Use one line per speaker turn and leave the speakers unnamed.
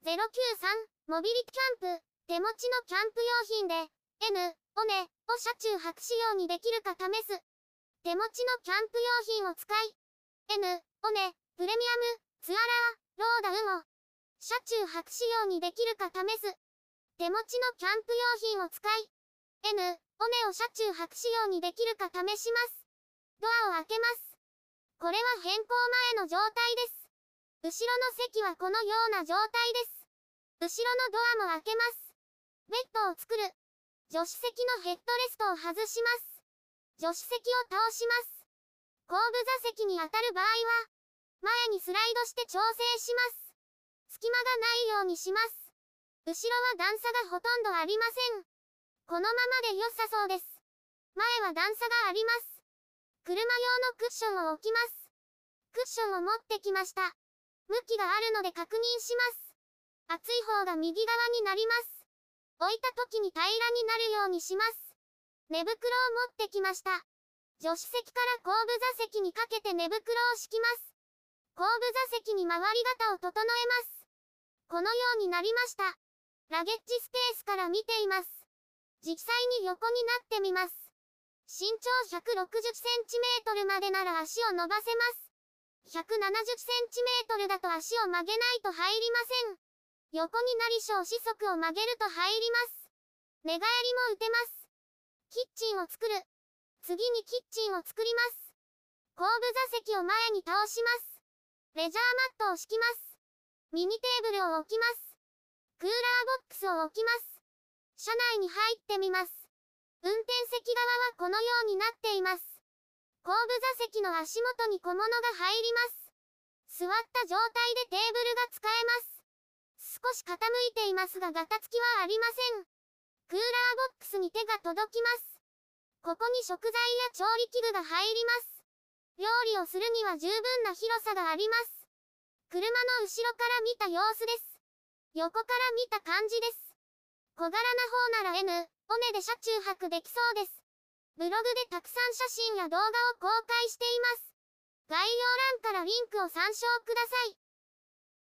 093モビリティキャンプ、手持ちのキャンプ用品で、N、尾根を車中泊仕様にできるか試す。手持ちのキャンプ用品を使い、N、尾根、プレミアム、ツアラー、ローダウンを、車中泊仕様にできるか試す。手持ちのキャンプ用品を使い、N、尾根を車中泊仕様にできるか試します。ドアを開けます。これは変更前の状態です。後ろの席はこのような状態です。後ろのドアも開けます。ベッドを作る。助手席のヘッドレストを外します。助手席を倒します。後部座席に当たる場合は、前にスライドして調整します。隙間がないようにします。後ろは段差がほとんどありません。このままで良さそうです。前は段差があります。車用のクッションを置きます。クッションを持ってきました。向きがあるので確認します。熱い方が右側になります。置いた時に平らになるようにします。寝袋を持ってきました。助手席から後部座席にかけて寝袋を敷きます。後部座席に回り肩を整えます。このようになりました。ラゲッジスペースから見ています。実際に横になってみます。身長160センチメートルまでなら足を伸ばせます。170センチメートルだと足を曲げないと入りません。横になり小四足を曲げると入ります。寝返りも打てます。キッチンを作る。次にキッチンを作ります。後部座席を前に倒します。レジャーマットを敷きます。ミニテーブルを置きます。クーラーボックスを置きます。車内に入ってみます。運転席側はこのようになっています。後部座席の足元に小物が入ります。座った状態でテーブルが使えます。少し傾いていますがガタつきはありません。クーラーボックスに手が届きます。ここに食材や調理器具が入ります。料理をするには十分な広さがあります。車の後ろから見た様子です。横から見た感じです。小柄な方なら N、尾根で車中泊できそうです。ブログでたくさん写真や動画を公開しています。概要欄からリンクを参照ください。